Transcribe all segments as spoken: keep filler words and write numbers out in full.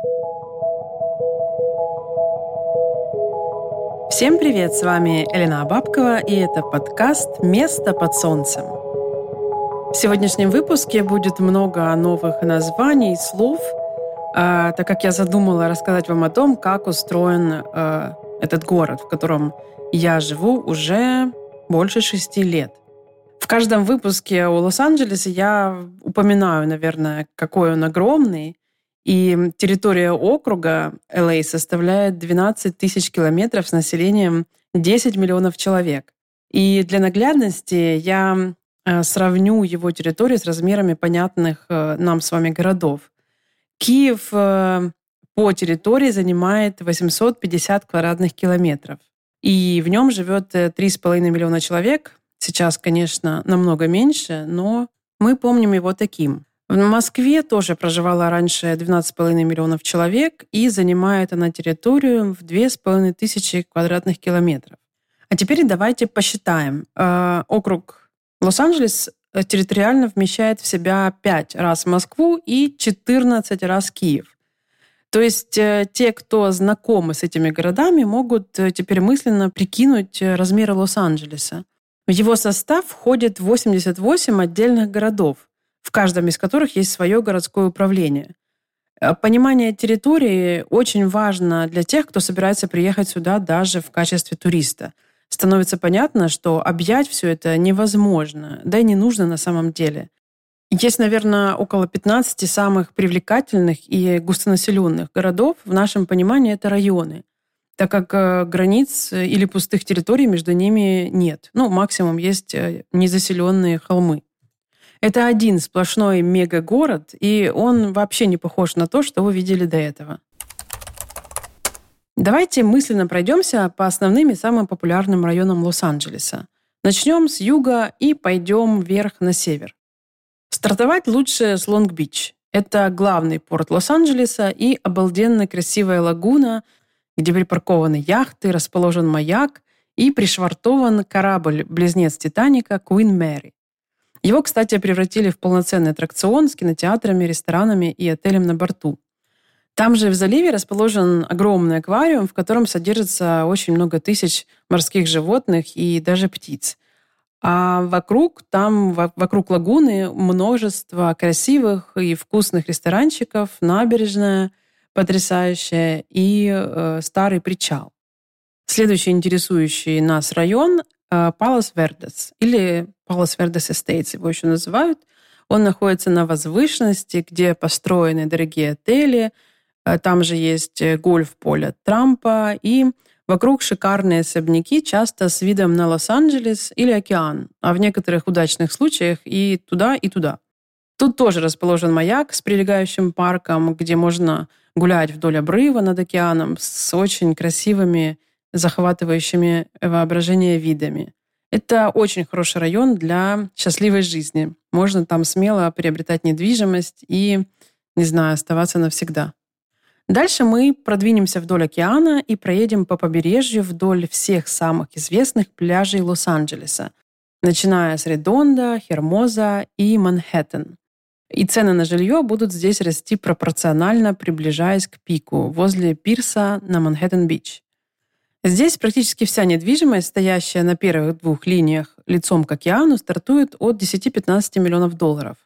Всем привет, с вами Элина Бабкова, и это подкаст «Место под солнцем». В сегодняшнем выпуске будет много новых названий и слов, э, так как я задумала рассказать вам о том, как устроен э, этот город, в котором я живу уже больше шести лет. В каждом выпуске о Лос-Анджелесе я упоминаю, наверное, какой он огромный, и территория округа Эл Эй составляет двенадцать тысяч километров с населением десять миллионов человек. И для наглядности я сравню его территорию с размерами понятных нам с вами городов. Киев по территории занимает восемьсот пятьдесят квадратных километров. И в нем живет три с половиной миллиона человек. Сейчас, конечно, намного меньше, но мы помним его таким. В Москве тоже проживало раньше двенадцать с половиной миллионов человек, и занимает она территорию в две с половиной тысячи квадратных километров. А теперь давайте посчитаем. Округ Лос-Анджелес территориально вмещает в себя пять раз Москву и четырнадцать раз Киев. То есть те, кто знакомы с этими городами, могут теперь мысленно прикинуть размеры Лос-Анджелеса. В его состав входит восемьдесят восемь отдельных городов, в каждом из которых есть свое городское управление. Понимание территории очень важно для тех, кто собирается приехать сюда даже в качестве туриста. Становится понятно, что объять все это невозможно, да и не нужно на самом деле. Есть, наверное, около пятнадцати самых привлекательных и густонаселенных городов. В нашем понимании это районы, так как границ или пустых территорий между ними нет. Ну, максимум есть незаселенные холмы. Это один сплошной мегагород, и он вообще не похож на то, что вы видели до этого. Давайте мысленно пройдемся по основным и самым популярным районам Лос-Анджелеса. Начнем с юга и пойдем вверх на север. Стартовать лучше с Лонг-Бич. Это главный порт Лос-Анджелеса и обалденно красивая лагуна, где припаркованы яхты, расположен маяк и пришвартован корабль-близнец Титаника Queen Mary. Его, кстати, превратили в полноценный аттракцион с кинотеатрами, ресторанами и отелем на борту. Там же в заливе расположен огромный аквариум, в котором содержится очень много тысяч морских животных и даже птиц. А вокруг, там, вокруг лагуны множество красивых и вкусных ресторанчиков, набережная потрясающая и э, старый причал. Следующий интересующий нас район Палос Вердес, или Палос Вердес Эстейтс его еще называют. Он находится на возвышенности, где построены дорогие отели. Там же есть гольф-поле Трампа. И вокруг шикарные особняки, часто с видом на Лос-Анджелес или океан. А в некоторых удачных случаях и туда, и туда. Тут тоже расположен маяк с прилегающим парком, где можно гулять вдоль обрыва над океаном с очень красивыми, захватывающими воображение видами. Это очень хороший район для счастливой жизни. Можно там смело приобретать недвижимость и, не знаю, оставаться навсегда. Дальше мы продвинемся вдоль океана и проедем по побережью вдоль всех самых известных пляжей Лос-Анджелеса, начиная с Редондо, Хермоза и Манхэттен. И цены на жилье будут здесь расти пропорционально, приближаясь к пику возле пирса на Манхэттен-Бич. Здесь практически вся недвижимость, стоящая на первых двух линиях лицом к океану, стартует от десяти-пятнадцати миллионов долларов.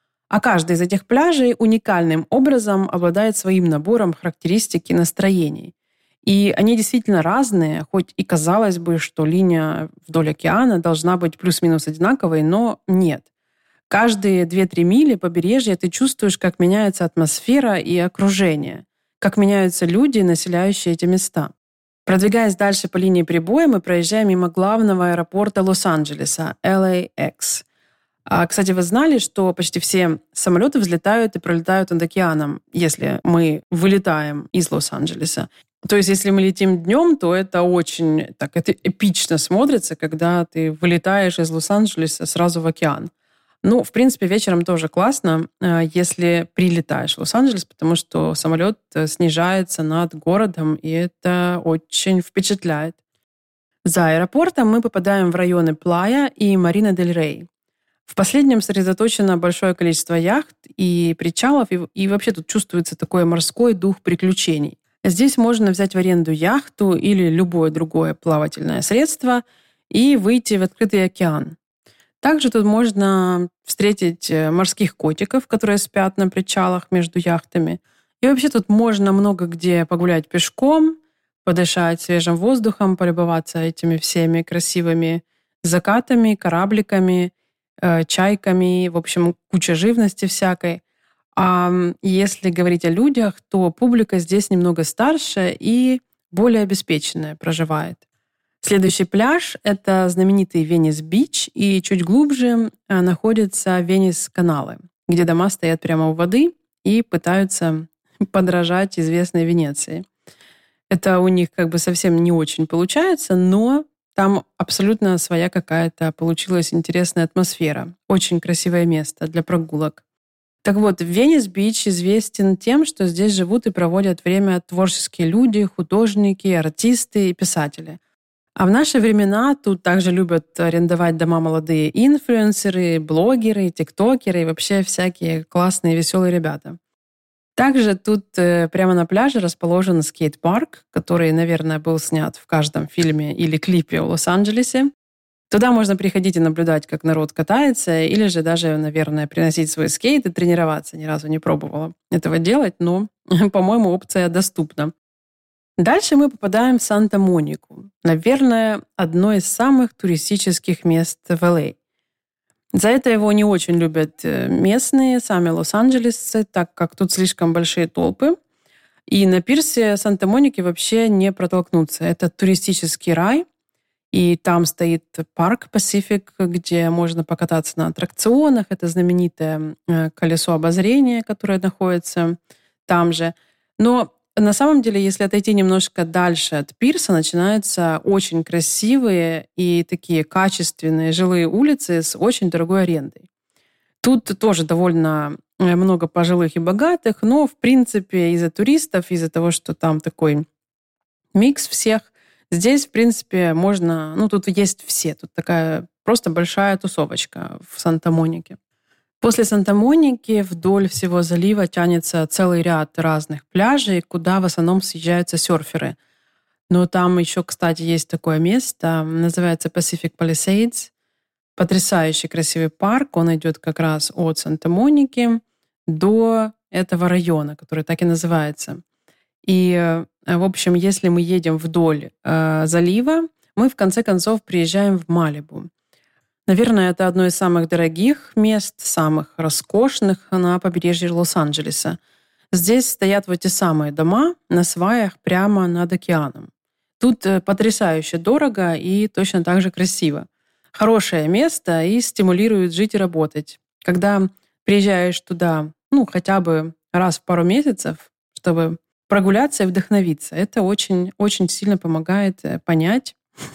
А каждый из этих пляжей уникальным образом обладает своим набором характеристик и настроений. И они действительно разные, хоть и казалось бы, что линия вдоль океана должна быть плюс-минус одинаковой, но нет. Каждые две-три мили побережья ты чувствуешь, как меняется атмосфера и окружение, как меняются люди, населяющие эти места. Продвигаясь дальше по линии прибоя, мы проезжаем мимо главного аэропорта Лос-Анджелеса, Эл Эй Экс. А, кстати, вы знали, что почти все самолеты взлетают и пролетают над океаном, если мы вылетаем из Лос-Анджелеса. То есть, если мы летим днем, то это очень так, это эпично смотрится, когда ты вылетаешь из Лос-Анджелеса сразу в океан. Ну, в принципе, вечером тоже классно, если прилетаешь в Лос-Анджелес, потому что самолет снижается над городом, и это очень впечатляет. За аэропортом мы попадаем в районы Плая и Марина-дель-Рей. В последнем сосредоточено большое количество яхт и причалов, и, и вообще тут чувствуется такой морской дух приключений. Здесь можно взять в аренду яхту или любое другое плавательное средство и выйти в открытый океан. Также тут можно встретить морских котиков, которые спят на причалах между яхтами. И вообще тут можно много где погулять пешком, подышать свежим воздухом, полюбоваться этими всеми красивыми закатами, корабликами, э, чайками, в общем, куча живности всякой. А если говорить о людях, то публика здесь немного старше и более обеспеченная проживает. Следующий пляж — это знаменитый Венес-Бич, и чуть глубже находятся Венес-каналы, где дома стоят прямо у воды и пытаются подражать известной Венеции. Это у них как бы совсем не очень получается, но там абсолютно своя какая-то получилась интересная атмосфера. Очень красивое место для прогулок. Так вот, Венес-Бич известен тем, что здесь живут и проводят время творческие люди, художники, артисты и писатели. А в наши времена тут также любят арендовать дома молодые инфлюенсеры, блогеры, тиктокеры и вообще всякие классные, веселые ребята. Также тут прямо на пляже расположен скейт-парк, который, наверное, был снят в каждом фильме или клипе о Лос-Анджелесе. Туда можно приходить и наблюдать, как народ катается, или же даже, наверное, приносить свой скейт и тренироваться. Ни разу не пробовала этого делать, но, по-моему, опция доступна. Дальше мы попадаем в Санта-Монику. Наверное, одно из самых туристических мест в Эл Эй. За это его не очень любят местные, сами лос-анджелесцы, так как тут слишком большие толпы. И на пирсе Санта-Моники вообще не протолкнуться. Это туристический рай. И там стоит парк Пасифик, где можно покататься на аттракционах. Это знаменитое колесо обозрения, которое находится там же. Но на самом деле, если отойти немножко дальше от пирса, начинаются очень красивые и такие качественные жилые улицы с очень дорогой арендой. Тут тоже довольно много пожилых и богатых, но, в принципе, из-за туристов, из-за того, что там такой микс всех, здесь, в принципе, можно... Ну, тут есть все. Тут такая просто большая тусовочка в Санта-Монике. После Санта-Моники вдоль всего залива тянется целый ряд разных пляжей, куда в основном съезжаются серферы. Но там еще, кстати, есть такое место, называется Pacific Palisades. Потрясающий красивый парк. Он идет как раз от Санта-Моники до этого района, который так и называется. И, в общем, если мы едем вдоль э, залива, мы в конце концов приезжаем в Малибу. Наверное, это одно из самых дорогих мест, самых роскошных на побережье Лос-Анджелеса. Здесь стоят вот те самые дома на сваях прямо над океаном. Тут потрясающе дорого и точно так же красиво. Хорошее место и стимулирует жить и работать. Когда приезжаешь туда, ну, хотя бы раз в пару месяцев, чтобы прогуляться и вдохновиться, это очень, очень сильно помогает понять,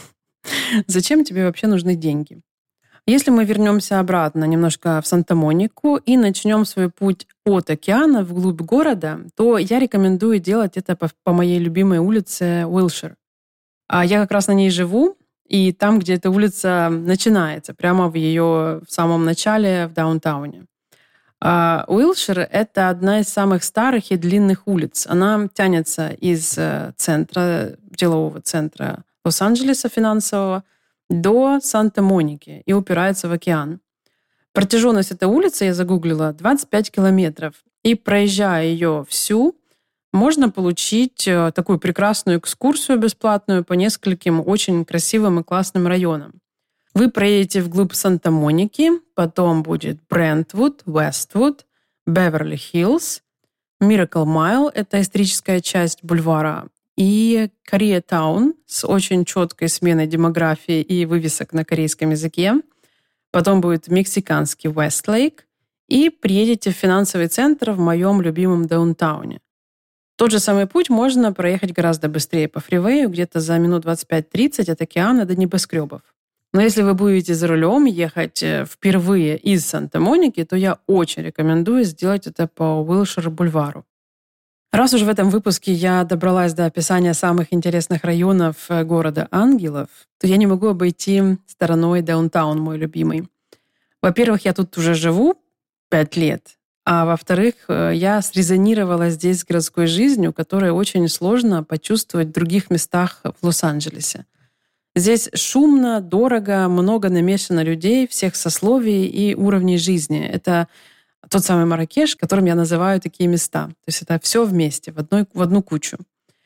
зачем тебе вообще нужны деньги. Если мы вернемся обратно немножко в Санта-Монику и начнем свой путь от океана вглубь города, то я рекомендую делать это по, по моей любимой улице Уилшир. А я как раз на ней живу, и там, где эта улица начинается, прямо в ее в самом начале, в даунтауне. А Уилшир — это одна из самых старых и длинных улиц. Она тянется из центра, делового центра Лос-Анджелеса финансового, до Санта-Моники и упирается в океан. Протяженность этой улицы, я загуглила, двадцать пять километров. И проезжая ее всю, можно получить такую прекрасную экскурсию бесплатную по нескольким очень красивым и классным районам. Вы проедете вглубь Санта-Моники, потом будет Брентвуд, Вествуд, Беверли-Хиллз, Miracle Mile — это историческая часть бульвара, и Кореятаун с очень четкой сменой демографии и вывесок на корейском языке. Потом будет мексиканский Вестлейк. И приедете в финансовый центр в моем любимом даунтауне. Тот же самый путь можно проехать гораздо быстрее по фривею, где-то за минут двадцать пять-тридцать от океана до небоскребов. Но если вы будете за рулем ехать впервые из Санта-Моники, то я очень рекомендую сделать это по Уилшир-бульвару. Раз уж в этом выпуске я добралась до описания самых интересных районов города ангелов, то я не могу обойти стороной даунтаун, мой любимый. Во-первых, я тут уже живу пять лет, а во-вторых, я срезонировала здесь с городской жизнью, которую очень сложно почувствовать в других местах в Лос-Анджелесе. Здесь шумно, дорого, много намешано людей всех сословий и уровней жизни. Это тот самый Марракеш, которым я называю такие места. То есть это все вместе, в, одной, в одну кучу.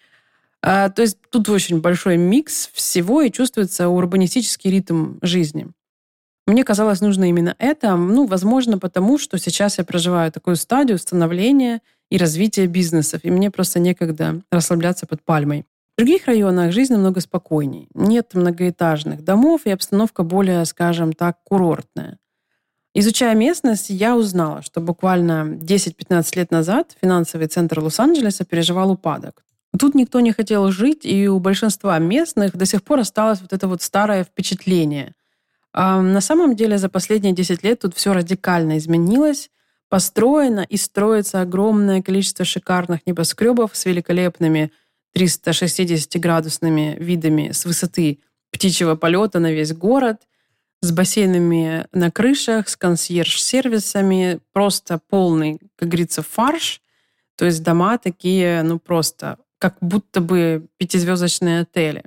А, то есть тут очень большой микс всего, и чувствуется урбанистический ритм жизни. Мне казалось, нужно именно это. Ну, возможно, потому что сейчас я проживаю такую стадию становления и развития бизнесов, и мне просто некогда расслабляться под пальмой. В других районах жизнь намного спокойней. Нет многоэтажных домов, и обстановка более, скажем так, курортная. Изучая местность, я узнала, что буквально десять-пятнадцать лет назад финансовый центр Лос-Анджелеса переживал упадок. Тут никто не хотел жить, и у большинства местных до сих пор осталось вот это вот старое впечатление. А на самом деле за последние десять лет тут все радикально изменилось. Построено и строится огромное количество шикарных небоскребов с великолепными триста шестидесятиградусными видами с высоты птичьего полета на весь город, с бассейнами на крышах, с консьерж-сервисами, просто полный, как говорится, фарш. То есть дома такие, ну просто, как будто бы пятизвездочные отели.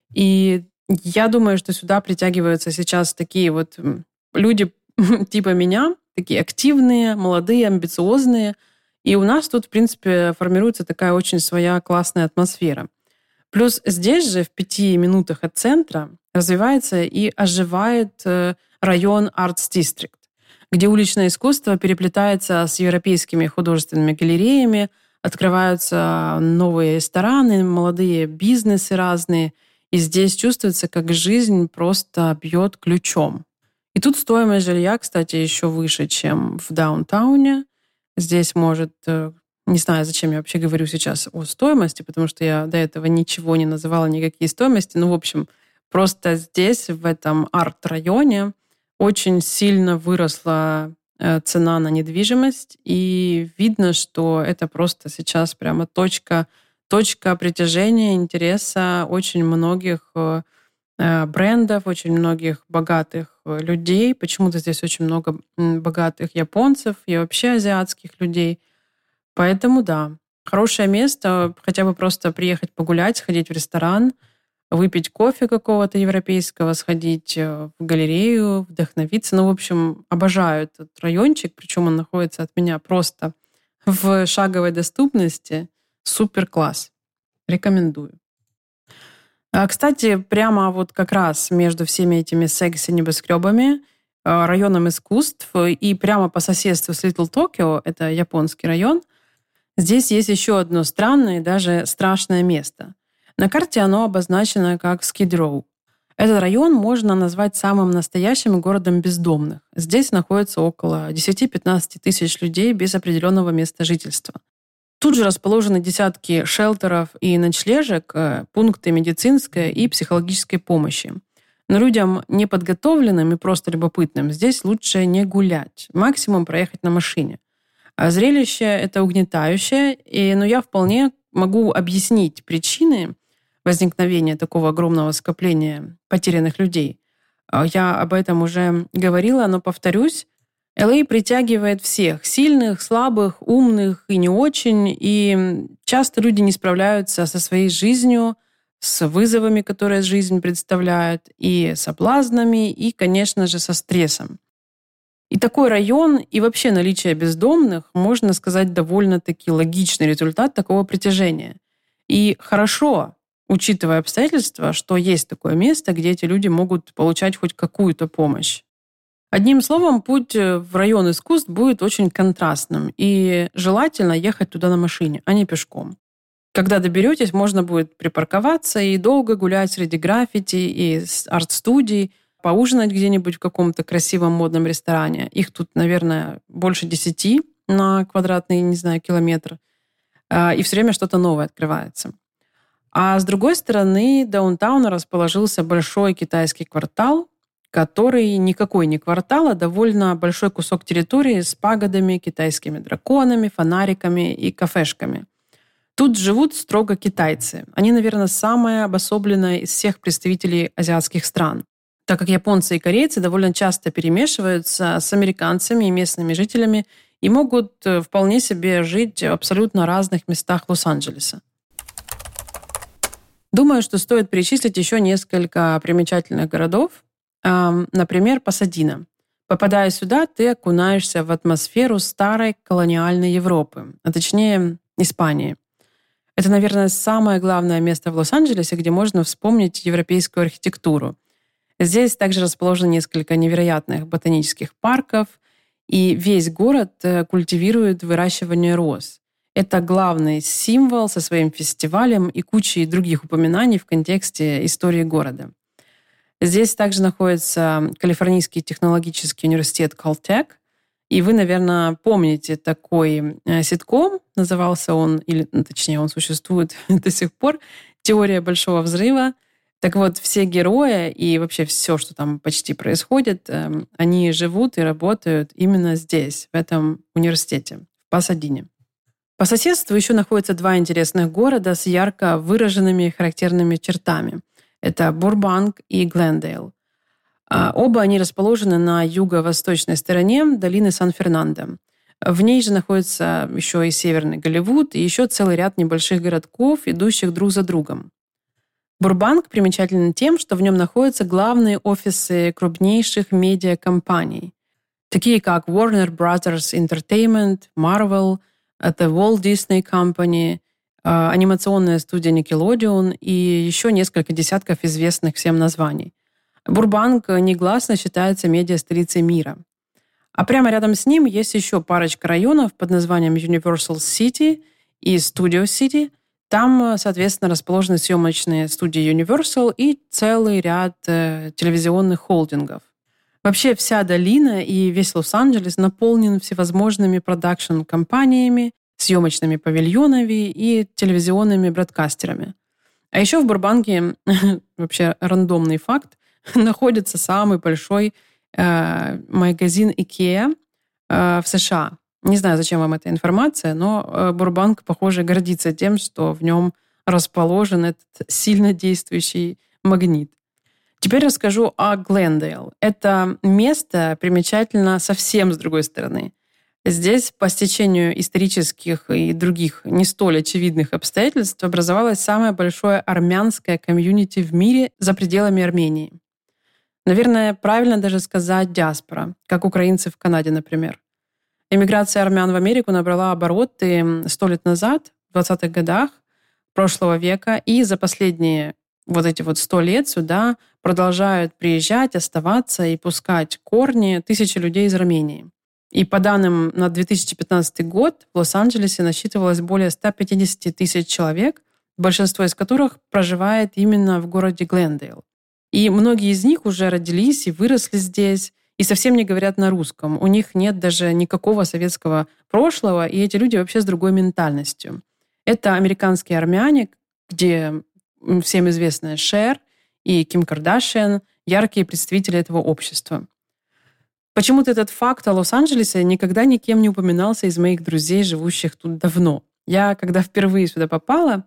И я думаю, что сюда притягиваются сейчас такие вот люди типа меня, такие активные, молодые, амбициозные. И у нас тут, в принципе, формируется такая очень своя классная атмосфера. Плюс здесь же, в пяти минутах от центра, развивается и оживает район Arts District, где уличное искусство переплетается с европейскими художественными галереями, открываются новые рестораны, молодые бизнесы разные, и здесь чувствуется, как жизнь просто бьет ключом. И тут стоимость жилья, кстати, еще выше, чем в даунтауне. Здесь может... Не знаю, зачем я вообще говорю сейчас о стоимости, потому что я до этого ничего не называла, никакие стоимости. Ну, в общем, просто здесь, в этом арт-районе, очень сильно выросла цена на недвижимость, и видно, что это просто сейчас прямо точка, точка притяжения, интереса очень многих брендов, очень многих богатых людей. Почему-то здесь очень много богатых японцев и вообще азиатских людей. Поэтому да, хорошее место, хотя бы просто приехать погулять, сходить в ресторан, выпить кофе какого-то европейского, сходить в галерею, вдохновиться. Ну, в общем, обожаю этот райончик, причем он находится от меня просто в шаговой доступности. Супер класс. Рекомендую. Кстати, прямо вот как раз между всеми этими секси-небоскребами, районом искусств и прямо по соседству с Little Tokyo, это японский район, здесь есть еще одно странное и даже страшное место. На карте оно обозначено как Skid Row. Этот район можно назвать самым настоящим городом бездомных. Здесь находится около десять-пятнадцать тысяч людей без определенного места жительства. Тут же расположены десятки шелтеров и ночлежек, пункты медицинской и психологической помощи. Но людям неподготовленным и просто любопытным здесь лучше не гулять, максимум проехать на машине. А зрелище это угнетающее, и, но я вполне могу объяснить причины возникновения такого огромного скопления потерянных людей. Я об этом уже говорила, но повторюсь, эл эй притягивает всех – сильных, слабых, умных и не очень, и часто люди не справляются со своей жизнью, с вызовами, которые жизнь представляет, и соблазнами, и, конечно же, со стрессом. И такой район, и вообще наличие бездомных, можно сказать, довольно-таки логичный результат такого притяжения. И хорошо, учитывая обстоятельства, что есть такое место, где эти люди могут получать хоть какую-то помощь. Одним словом, путь в район искусств будет очень контрастным, и желательно ехать туда на машине, а не пешком. Когда доберетесь, можно будет припарковаться и долго гулять среди граффити и арт-студий, поужинать где-нибудь в каком-то красивом модном ресторане. Их тут, наверное, больше десяти на квадратный, не знаю, километр. И все время что-то новое открывается. А с другой стороны даунтауна расположился большой китайский квартал, который никакой не квартал, а довольно большой кусок территории с пагодами, китайскими драконами, фонариками и кафешками. Тут живут строго китайцы. Они, наверное, самая обособленная из всех представителей азиатских стран. так как японцы и корейцы довольно часто перемешиваются с американцами и местными жителями и могут вполне себе жить в абсолютно разных местах Лос-Анджелеса. Думаю, что стоит перечислить еще несколько примечательных городов. Например, Пасадина. Попадая сюда, ты окунаешься в атмосферу старой колониальной Европы, а точнее Испании. Это, наверное, самое главное место в Лос-Анджелесе, где можно вспомнить европейскую архитектуру. Здесь также расположено несколько невероятных ботанических парков, и весь город культивирует выращивание роз. Это главный символ со своим фестивалем и кучей других упоминаний в контексте истории города. Здесь также находится Калифорнийский технологический университет Caltech. И вы, наверное, помните такой ситком, назывался он, или точнее он существует до сих пор, «Теория большого взрыва». Так вот, все герои и вообще все, что там почти происходит, они живут и работают именно здесь, в этом университете, в Пасадине. По соседству еще находятся два интересных города с ярко выраженными характерными чертами. Это Бурбанк и Глендейл. Оба они расположены на юго-восточной стороне долины Сан-Фернандо. В ней же находится еще и Северный Голливуд, и еще целый ряд небольших городков, идущих друг за другом. Бурбанк примечателен тем, что в нем находятся главные офисы крупнейших медиакомпаний, такие как Warner Brothers Entertainment, Marvel, The Walt Disney Company, анимационная студия Nickelodeon и еще несколько десятков известных всем названий. Бурбанк негласно считается медиа-столицей мира. А прямо рядом с ним есть еще парочка районов под названием Universal City и Studio City. Там, соответственно, расположены съемочные студии Universal и целый ряд э, телевизионных холдингов. Вообще вся долина и весь Лос-Анджелес наполнен всевозможными продакшн-компаниями, съемочными павильонами и телевизионными бродкастерами. А еще в Бурбанке, вообще рандомный факт, находится самый большой э, магазин IKEA э, в США. Не знаю, зачем вам эта информация, но э, Бурбанк, похоже, гордится тем, что в нем расположен этот сильно действующий магнит. Теперь расскажу о Глендейл. Это место примечательно совсем с другой стороны. Здесь, по стечению исторических и других не столь очевидных обстоятельств, образовалось самое большое армянское комьюнити в мире за пределами Армении. Наверное, правильно даже сказать диаспора, как украинцы в Канаде, например. Эмиграция армян в Америку набрала обороты сто лет назад, в двадцатых годах прошлого века, и за последние вот эти вот сто лет сюда продолжают приезжать, оставаться и пускать корни тысячи людей из Армении. И по данным на две тысячи пятнадцатый год в Лос-Анджелесе насчитывалось более ста пятидесяти тысяч человек, большинство из которых проживает именно в городе Глендейл. И многие из них уже родились и выросли здесь, и совсем не говорят на русском. У них нет даже никакого советского прошлого, и эти люди вообще с другой ментальностью. Это американские армяне, где всем известная Шер и Ким Кардашьян, яркие представители этого общества. Почему-то этот факт о Лос-Анджелесе никогда никем не упоминался из моих друзей, живущих тут давно. Я, когда впервые сюда попала,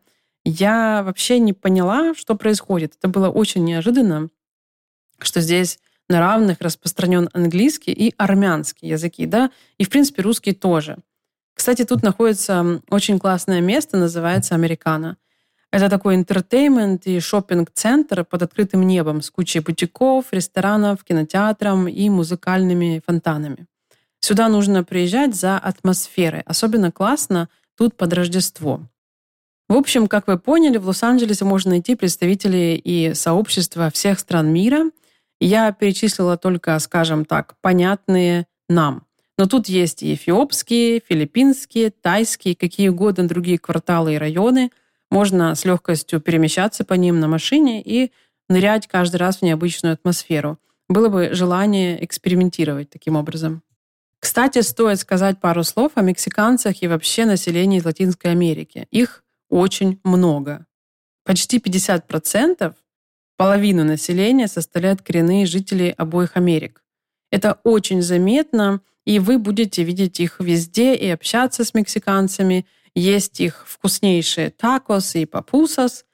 я вообще не поняла, что происходит. Это было очень неожиданно, что здесь на равных распространен английский и армянский языки, да, и, в принципе, русский тоже. Кстати, тут находится очень классное место, называется «Американо». Это такой интертеймент и шоппинг-центр под открытым небом с кучей бутиков, ресторанов, кинотеатром и музыкальными фонтанами. Сюда нужно приезжать за атмосферой. Особенно классно тут под Рождество. В общем, как вы поняли, в Лос-Анджелесе можно найти представителей и сообщества всех стран мира. Я перечислила только, скажем так, понятные нам. Но тут есть и эфиопские, филиппинские, тайские, какие угодно другие кварталы и районы. Можно с легкостью перемещаться по ним на машине и нырять каждый раз в необычную атмосферу. Было бы желание экспериментировать таким образом. Кстати, стоит сказать пару слов о мексиканцах и вообще населении из Латинской Америки. Их очень много. Почти пятьдесят процентов, половину населения составляют коренные жители обоих Америк. Это очень заметно, и вы будете видеть их везде и общаться с мексиканцами, есть их вкуснейшие такос и папусос.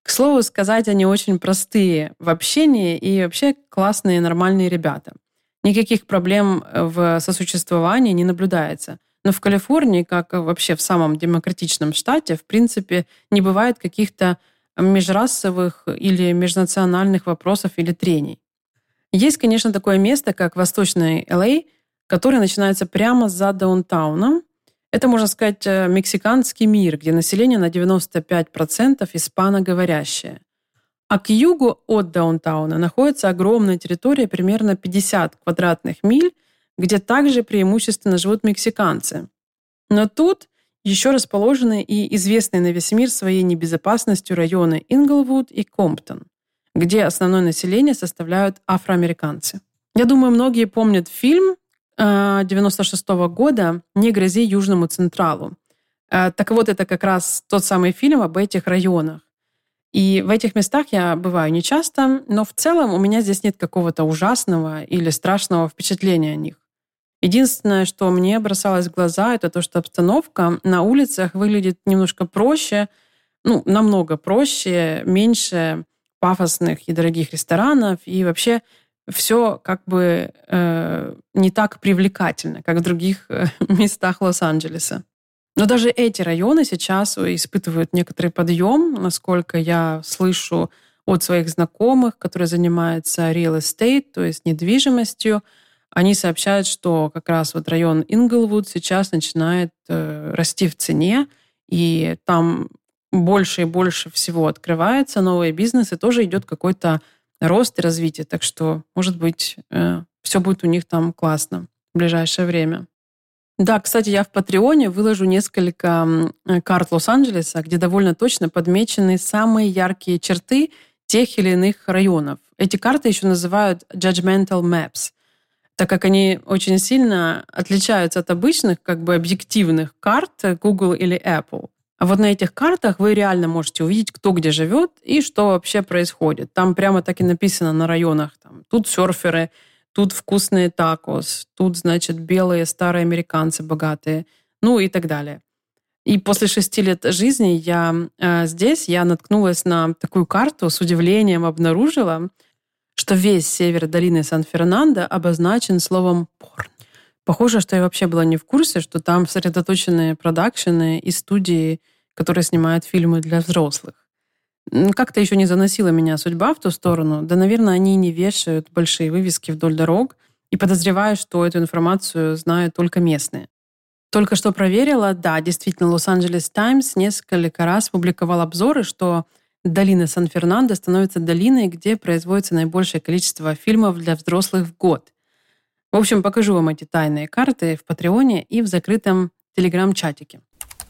К слову сказать, они очень простые в общении и вообще классные, нормальные ребята. Никаких проблем в сосуществовании не наблюдается. Но в Калифорнии, как вообще в самом демократичном штате, в принципе, не бывает каких-то межрасовых или межнациональных вопросов или трений. Есть, конечно, такое место, как Восточный Л А, которое начинается прямо за даунтауном. Это, можно сказать, мексиканский мир, где население на девяносто пять процентов испаноговорящее. А к югу от даунтауна находится огромная территория, примерно пятьдесят квадратных миль, где также преимущественно живут мексиканцы. Но тут еще расположены и известные на весь мир своей небезопасностью районы Инглвуд и Комптон, где основное население составляют афроамериканцы. Я думаю, многие помнят фильм девяносто шестого года «Не грози Южному Централу». Так вот, это как раз тот самый фильм об этих районах. И в этих местах я бываю нечасто, но в целом у меня здесь нет какого-то ужасного или страшного впечатления о них. Единственное, что мне бросалось в глаза, это то, что обстановка на улицах выглядит немножко проще, ну, намного проще, меньше пафосных и дорогих ресторанов, и вообще все как бы э, не так привлекательно, как в других э, местах Лос-Анджелеса. Но даже эти районы сейчас испытывают некоторый подъем, насколько я слышу от своих знакомых, которые занимаются real estate, то есть недвижимостью. Они сообщают, что как раз вот район Инглвуд сейчас начинает э, расти в цене, и там больше и больше всего открывается, новые бизнесы, тоже идет какой-то рост и развитие. Так что, может быть, э, все будет у них там классно в ближайшее время. Да, кстати, я в Патреоне выложу несколько карт Лос-Анджелеса, где довольно точно подмечены самые яркие черты тех или иных районов. Эти карты еще называют judgmental maps, так как они очень сильно отличаются от обычных, как бы объективных карт Google или Apple. А вот на этих картах вы реально можете увидеть, кто где живет и что вообще происходит. Там прямо так и написано на районах. Там, тут серферы, тут вкусные такос, тут, значит, белые старые американцы богатые, ну и так далее. И после шести лет жизни я э, здесь, я наткнулась на такую карту, с удивлением обнаружила, что весь север долины Сан-Фернандо обозначен словом «порн». Похоже, что я вообще была не в курсе, что там сосредоточены продакшены и студии, которые снимают фильмы для взрослых. Как-то еще не заносила меня судьба в ту сторону. Да, наверное, они не вешают большие вывески вдоль дорог. И подозреваю, что эту информацию знают только местные. Только что проверила, да, действительно, Лос-Анджелес Таймс несколько раз публиковал обзоры, что долина Сан-Фернандо становится долиной, где производится наибольшее количество фильмов для взрослых в год. В общем, покажу вам эти тайные карты в Патреоне и в закрытом Телеграм-чатике.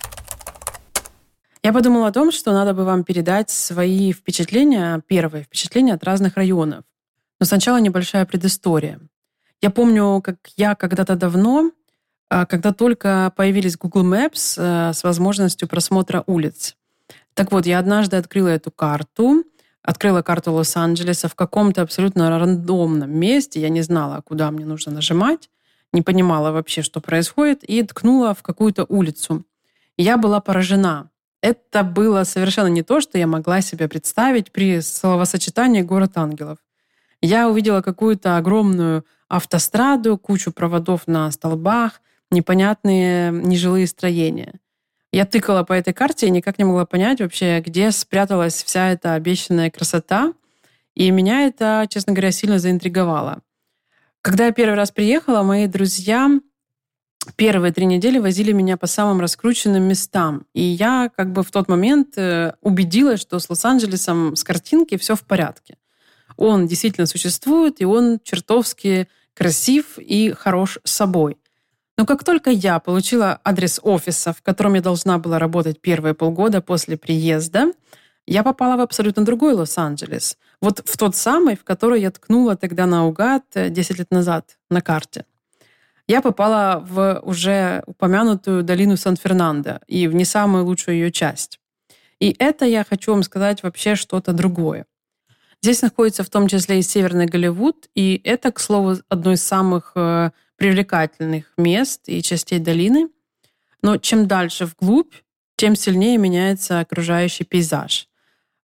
Я подумала о том, что надо бы вам передать свои впечатления, первые впечатления от разных районов. Но сначала небольшая предыстория. Я помню, как я когда-то давно, когда только появились Google Maps с возможностью просмотра улиц. Так вот, я однажды открыла эту карту, открыла карту Лос-Анджелеса в каком-то абсолютно рандомном месте. Я не знала, куда мне нужно нажимать, не понимала вообще, что происходит, и ткнула в какую-то улицу. И я была поражена. Это было совершенно не то, что я могла себе представить при словосочетании «город ангелов». Я увидела какую-то огромную автостраду, кучу проводов на столбах, непонятные нежилые строения. Я тыкала по этой карте и никак не могла понять вообще, где спряталась вся эта обещанная красота. И меня это, честно говоря, сильно заинтриговало. Когда я первый раз приехала, мои друзья первые три недели возили меня по самым раскрученным местам. И я как бы в тот момент убедилась, что с Лос-Анджелесом с картинки все в порядке. Он действительно существует, и он чертовски красив и хорош собой. Но как только я получила адрес офиса, в котором я должна была работать первые полгода после приезда, я попала в абсолютно другой Лос-Анджелес. Вот в тот самый, в который я ткнула тогда наугад десять лет назад на карте. Я попала в уже упомянутую долину Сан-Фернандо и в не самую лучшую ее часть. И это, я хочу вам сказать, вообще что-то другое. Здесь находится в том числе и Северный Голливуд, и это, к слову, одно из самых привлекательных мест и частей долины. Но чем дальше вглубь, тем сильнее меняется окружающий пейзаж.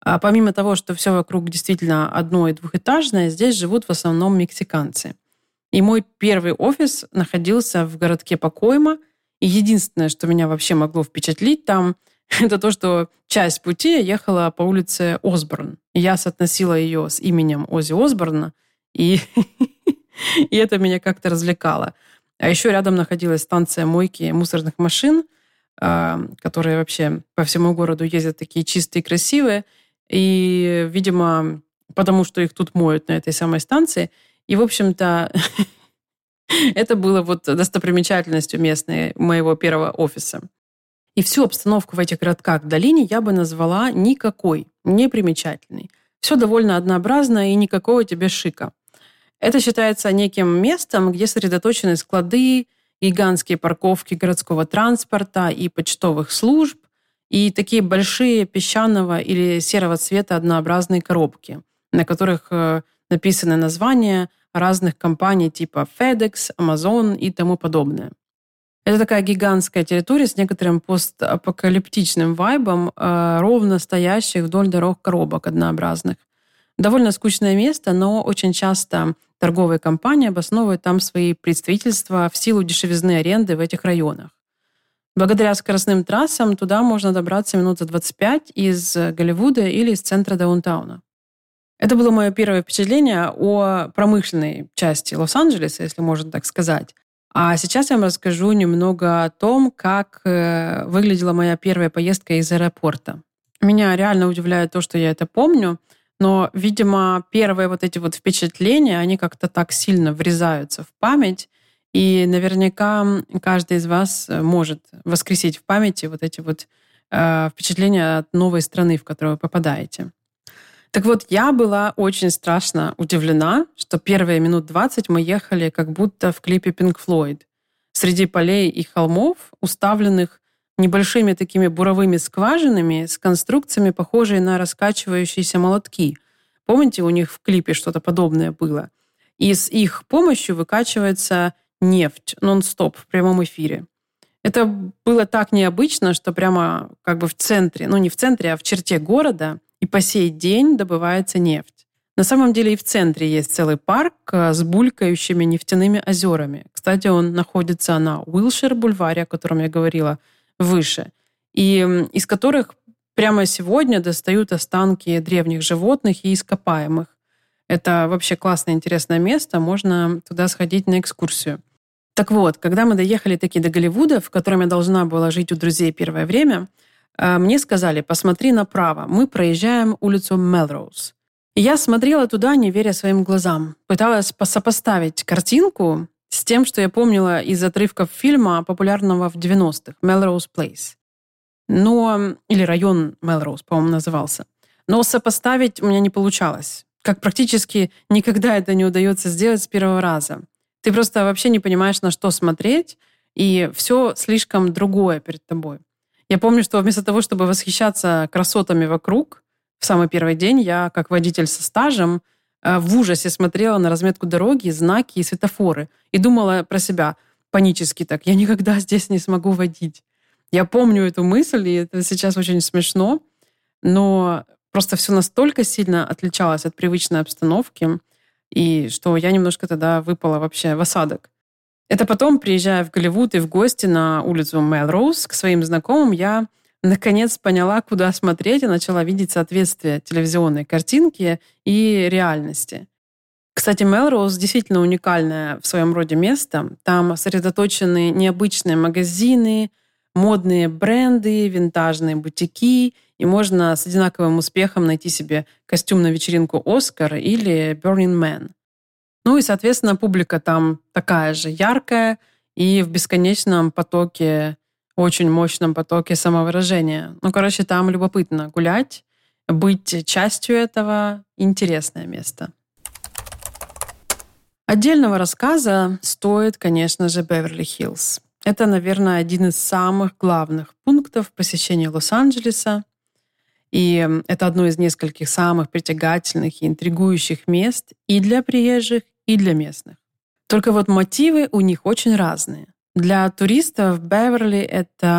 А помимо того, что все вокруг действительно одно- и двухэтажное, здесь живут в основном мексиканцы. И мой первый офис находился в городке Покойма. И единственное, что меня вообще могло впечатлить там, это то, что часть пути я ехала по улице Осборн. И я соотносила ее с именем Оззи Осборна, и, и это меня как-то развлекало. А еще рядом находилась станция мойки мусорных машин, а, которые вообще по всему городу ездят такие чистые, красивые. И, видимо, потому что их тут моют на этой самой станции. И, в общем-то, это было вот достопримечательностью местной моего первого офиса. И всю обстановку в этих городках в долине я бы назвала никакой, непримечательной. Все довольно однообразно и никакого тебе шика. Это считается неким местом, где сосредоточены склады, гигантские парковки городского транспорта и почтовых служб, и такие большие песчаного или серого цвета однообразные коробки, на которых э, написаны названия разных компаний типа FedEx, Amazon и тому подобное. Это такая гигантская территория с некоторым постапокалиптичным вайбом, э, ровно стоящих вдоль дорог коробок однообразных. Довольно скучное место, но очень часто торговые компании обосновывают там свои представительства в силу дешевизны аренды в этих районах. Благодаря скоростным трассам туда можно добраться минут за двадцать пять из Голливуда или из центра даунтауна. Это было мое первое впечатление о промышленной части Лос-Анджелеса, если можно так сказать. А сейчас я вам расскажу немного о том, как э, выглядела моя первая поездка из аэропорта. Меня реально удивляет то, что я это помню, но, видимо, первые вот эти вот впечатления, они как-то так сильно врезаются в память, и наверняка каждый из вас может воскресить в памяти вот эти вот э, впечатления от новой страны, в которую вы попадаете. Так вот, я была очень страшно удивлена, что первые минут двадцать мы ехали как будто в клипе Pink Floyd. Среди полей и холмов, уставленных небольшими такими буровыми скважинами с конструкциями, похожие на раскачивающиеся молотки. Помните, у них в клипе что-то подобное было? И с их помощью выкачивается нефть нон-стоп в прямом эфире. Это было так необычно, что прямо как бы в центре, ну не в центре, а в черте города и по сей день добывается нефть. На самом деле и в центре есть целый парк с булькающими нефтяными озерами. Кстати, он находится на Уилшир-бульваре, о котором я говорила выше, и из которых прямо сегодня достают останки древних животных и ископаемых. Это вообще классное, интересное место, можно туда сходить на экскурсию. Так вот, когда мы доехали таки до Голливуда, в котором я должна была жить у друзей первое время, мне сказали: посмотри направо, мы проезжаем улицу Мелроуз. И я смотрела туда, не веря своим глазам. Пыталась сопоставить картинку с тем, что я помнила из отрывков фильма, популярного в девяностых, «Melrose Place». Но, или район Мелроуз, по-моему, назывался. Но сопоставить у меня не получалось. Как практически никогда это не удается сделать с первого раза. Ты просто вообще не понимаешь, на что смотреть, и все слишком другое перед тобой. Я помню, что вместо того, чтобы восхищаться красотами вокруг, в самый первый день я, как водитель со стажем, в ужасе смотрела на разметку дороги, знаки и светофоры и думала про себя панически так: я никогда здесь не смогу водить. Я помню эту мысль, и это сейчас очень смешно, но просто все настолько сильно отличалось от привычной обстановки, и что я немножко тогда выпала вообще в осадок. Это потом, приезжая в Голливуд и в гости на улицу Мелроуз к своим знакомым, я наконец поняла, куда смотреть, и начала видеть соответствие телевизионной картинки и реальности. Кстати, Мелроуз действительно уникальное в своем роде место. Там сосредоточены необычные магазины, модные бренды, винтажные бутики, и можно с одинаковым успехом найти себе костюм на вечеринку «Оскар» или «Burning Man». Ну и, соответственно, публика там такая же яркая и в бесконечном потоке, очень мощном потоке самовыражения. Ну, короче, там любопытно гулять, быть частью этого — интересное место. Отдельного рассказа стоит, конечно же, Беверли-Хиллз. Это, наверное, один из самых главных пунктов посещения Лос-Анджелеса. И это одно из нескольких самых притягательных и интригующих мест и для приезжих, и для местных. Только вот мотивы у них очень разные. Для туристов Беверли — это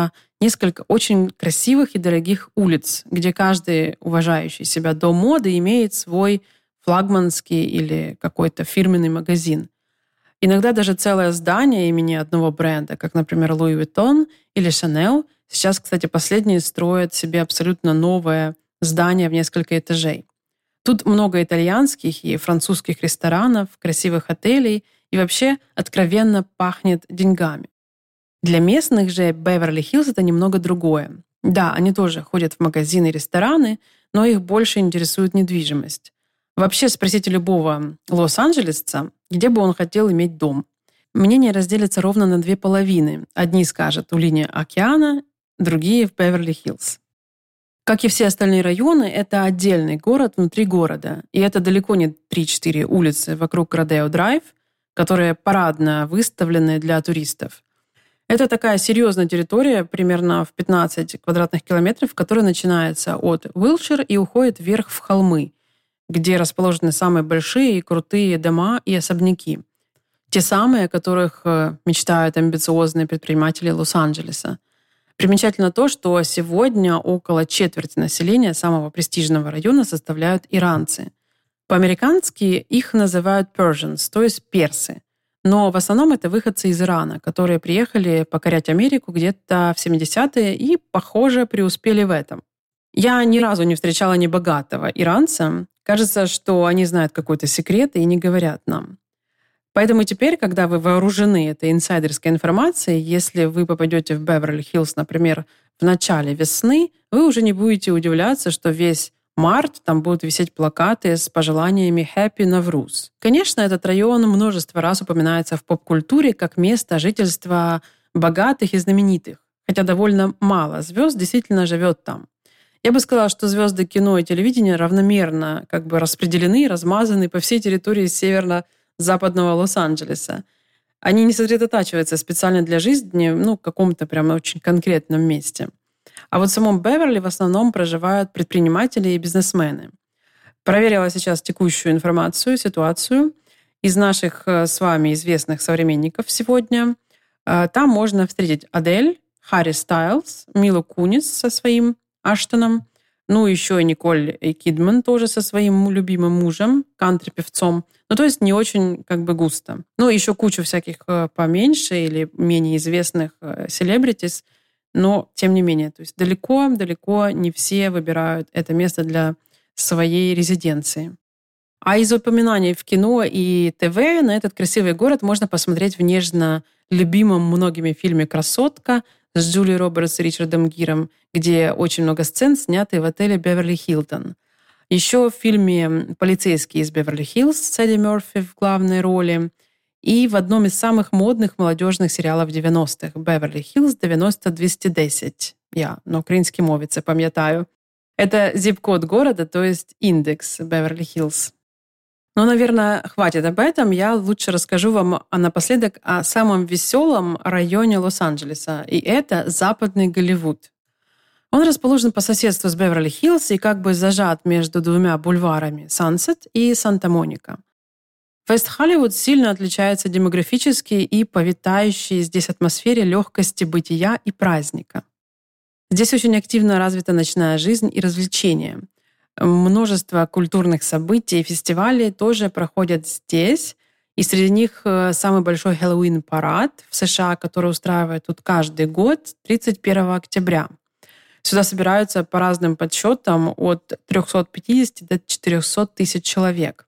несколько очень красивых и дорогих улиц, где каждый уважающий себя дом моды имеет свой флагманский или какой-то фирменный магазин. Иногда даже целое здание имени одного бренда, как, например, Louis Vuitton или Chanel. Сейчас, кстати, последние строят себе абсолютно новое здание в несколько этажей. Тут много итальянских и французских ресторанов, красивых отелей и вообще откровенно пахнет деньгами. Для местных же Беверли-Хиллз это немного другое. Да, они тоже ходят в магазины и рестораны, но их больше интересует недвижимость. Вообще спросите любого лос-анджелесца, где бы он хотел иметь дом. Мнения разделятся ровно на две половины. Одни скажут у линии океана, другие в Беверли-Хиллз. Как и все остальные районы, это отдельный город внутри города. И это далеко не три-четыре улицы вокруг Родео-Драйв, которые парадно выставлены для туристов. Это такая серьезная территория, примерно в пятнадцать квадратных километров, которая начинается от Уилшир и уходит вверх в холмы, где расположены самые большие и крутые дома и особняки. Те самые, о которых мечтают амбициозные предприниматели Лос-Анджелеса. Примечательно то, что сегодня около четверти населения самого престижного района составляют иранцы. По-американски их называют Persians, то есть персы. Но в основном это выходцы из Ирана, которые приехали покорять Америку где-то в семидесятые и, похоже, преуспели в этом. Я ни разу не встречала небогатого иранца. Кажется, что они знают какой-то секрет и не говорят нам. Поэтому теперь, когда вы вооружены этой инсайдерской информацией, если вы попадете в Беверли-Хиллз, например, в начале весны, вы уже не будете удивляться, что весь март там будут висеть плакаты с пожеланиями «Happy Nowruz». Конечно, этот район множество раз упоминается в поп-культуре как место жительства богатых и знаменитых, хотя довольно мало звезд действительно живет там. Я бы сказала, что звезды кино и телевидения равномерно как бы распределены и размазаны по всей территории северно-западного Лос-Анджелеса. Они не сосредотачиваются специально для жизни ну, в каком-то прям очень конкретном месте. А вот в самом Беверли в основном проживают предприниматели и бизнесмены. Проверила сейчас текущую информацию, ситуацию из наших с вами известных современников сегодня. Там можно встретить Адель, Харри Стайлз, Милу Кунис со своим Аштоном, ну, еще и Николь Кидман тоже со своим любимым мужем, кантри-певцом. Ну, то есть не очень как бы густо. Ну, еще куча всяких поменьше или менее известных селебритис, но тем не менее. То есть далеко-далеко не все выбирают это место для своей резиденции. А из упоминаний в кино и ТВ на этот красивый город можно посмотреть в нежно любимом многими фильме «Красотка» с Джулией Робертс и Ричардом Гиром, где очень много сцен сняты в отеле Беверли-Хилтон. Еще в фильме «Полицейский из Беверли-Хиллз» с Эдди Мерфи в главной роли и в одном из самых модных молодежных сериалов девяностых «Беверли-Хиллз девяносто двести десять». Я на українській мові це пам'ятаю. Это зип-код города, то есть индекс Беверли-Хиллз. Но, наверное, хватит об этом. Я лучше расскажу вам а напоследок о самом веселом районе Лос-Анджелеса. И это Западный Голливуд. Он расположен по соседству с Беверли-Хиллз и как бы зажат между двумя бульварами Сансет и Санта-Моника. Вест-Холливуд сильно отличается демографически и по витающей здесь атмосфере легкости бытия и праздника. Здесь очень активно развита ночная жизнь и развлечения. Множество культурных событий и фестивалей тоже проходят здесь. И среди них самый большой Хэллоуин-парад в США, который устраивают тут каждый год, тридцать первого октября. Сюда собираются по разным подсчетам от трехсот пятидесяти до четырехсот тысяч человек.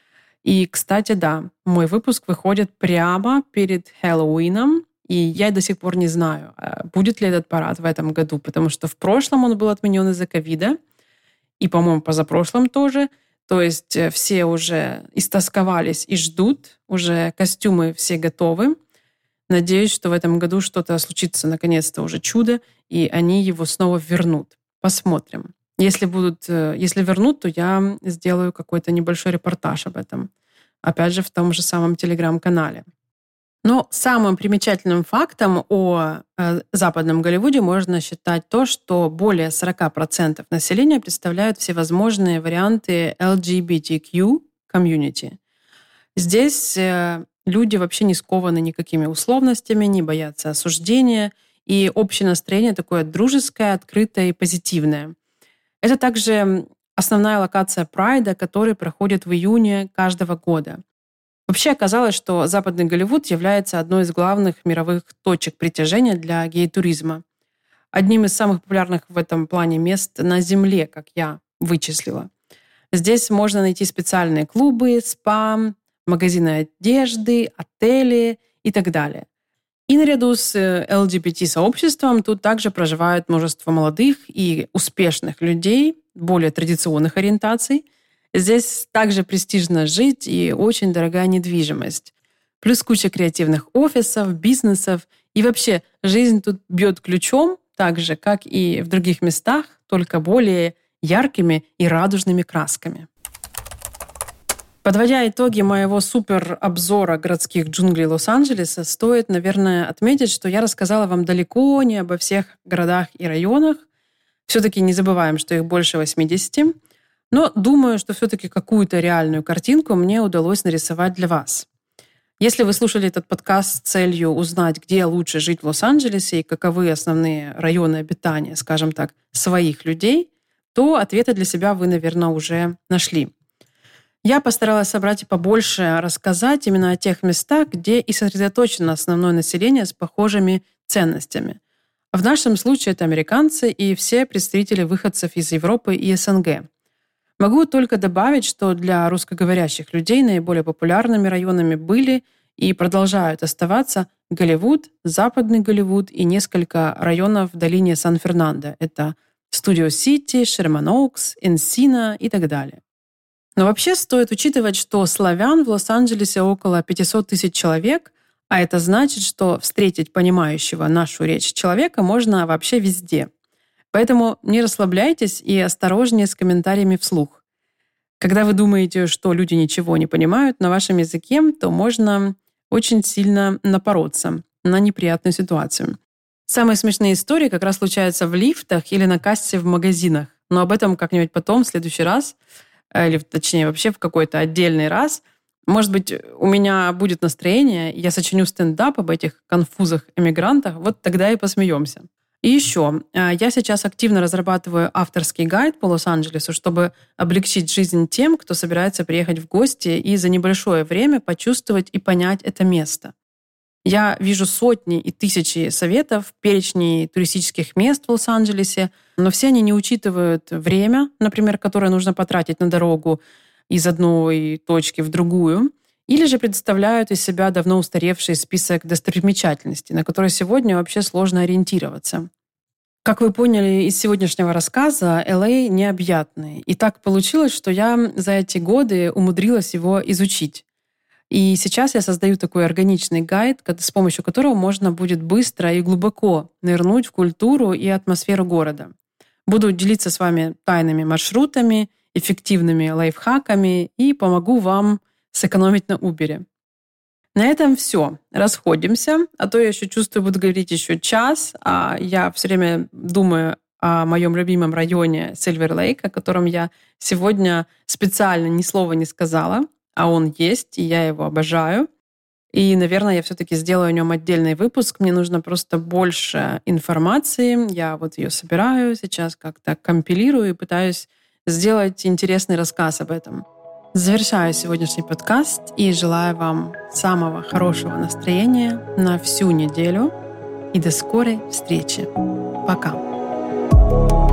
И, кстати, да, мой выпуск выходит прямо перед Хэллоуином, и я до сих пор не знаю, будет ли этот парад в этом году, потому что в прошлом он был отменен из-за ковида, и, по-моему, позапрошлом тоже. То есть все уже истосковались и ждут, уже костюмы все готовы. Надеюсь, что в этом году что-то случится, наконец-то уже чудо, и они его снова вернут. Посмотрим. Если будут, если вернут, то я сделаю какой-то небольшой репортаж об этом. Опять же, в том же самом телеграм-канале. Но самым примечательным фактом о э, Западном Голливуде можно считать то, что более сорок процентов населения представляют всевозможные варианты эл джи би ти кью комьюнити. Здесь э, люди вообще не скованы никакими условностями, не боятся осуждения и общее настроение такое дружеское, открытое и позитивное. Это также основная локация Прайда, который проходит в июне каждого года. Вообще оказалось, что Западный Голливуд является одной из главных мировых точек притяжения для гей-туризма. Одним из самых популярных в этом плане мест на Земле, как я вычислила. Здесь можно найти специальные клубы, спа, магазины одежды, отели и так далее. И наряду с эл джи би ти-сообществом тут также проживает множество молодых и успешных людей, более традиционных ориентаций. Здесь также престижно жить и очень дорогая недвижимость. Плюс куча креативных офисов, бизнесов. И вообще жизнь тут бьет ключом, так же, как и в других местах, только более яркими и радужными красками. Подводя итоги моего суперобзора городских джунглей Лос-Анджелеса, стоит, наверное, отметить, что я рассказала вам далеко не обо всех городах и районах. Все-таки не забываем, что их больше восьмидесяти. Но думаю, что все-таки какую-то реальную картинку мне удалось нарисовать для вас. Если вы слушали этот подкаст с целью узнать, где лучше жить в Лос-Анджелесе и каковы основные районы обитания, скажем так, своих людей, то ответы для себя вы, наверное, уже нашли. Я постаралась собрать и побольше рассказать именно о тех местах, где и сосредоточено основное население с похожими ценностями. В нашем случае это американцы и все представители выходцев из Европы и эс эн гэ. Могу только добавить, что для русскоговорящих людей наиболее популярными районами были и продолжают оставаться Голливуд, Западный Голливуд и несколько районов в долине Сан-Фернандо. Это Студио-Сити, Шерман-Оукс, Энсино и так далее. Но вообще стоит учитывать, что славян в Лос-Анджелесе около пятьсот тысяч человек, а это значит, что встретить понимающего нашу речь человека можно вообще везде. Поэтому не расслабляйтесь и осторожнее с комментариями вслух. Когда вы думаете, что люди ничего не понимают на вашем языке, то можно очень сильно напороться на неприятную ситуацию. Самые смешные истории как раз случаются в лифтах или на кассе в магазинах. Но об этом как-нибудь потом, в следующий раз, или точнее вообще в какой-то отдельный раз. Может быть, у меня будет настроение, я сочиню стендап об этих конфузах-эмигрантах, вот тогда и посмеемся. И еще, я сейчас активно разрабатываю авторский гайд по Лос-Анджелесу, чтобы облегчить жизнь тем, кто собирается приехать в гости и за небольшое время почувствовать и понять это место. Я вижу сотни и тысячи советов, перечней туристических мест в Лос-Анджелесе, но все они не учитывают время, например, которое нужно потратить на дорогу из одной точки в другую, или же представляют из себя давно устаревший список достопримечательностей, на которые сегодня вообще сложно ориентироваться. Как вы поняли из сегодняшнего рассказа, эл эй необъятный. И так получилось, что я за эти годы умудрилась его изучить. И сейчас я создаю такой органичный гайд, с помощью которого можно будет быстро и глубоко нырнуть в культуру и атмосферу города. Буду делиться с вами тайными маршрутами, эффективными лайфхаками и помогу вам сэкономить на Uber. На этом все. Расходимся. А то я еще чувствую, буду говорить еще час, а я все время думаю о моем любимом районе Сильвер-Лейк, о котором я сегодня специально ни слова не сказала, а он есть, и я его обожаю. И, наверное, я все-таки сделаю о нем отдельный выпуск. Мне нужно просто больше информации. Я вот ее собираю сейчас, как-то компилирую и пытаюсь сделать интересный рассказ об этом. Завершаю сегодняшний подкаст и желаю вам самого хорошего настроения на всю неделю и до скорой встречи. Пока.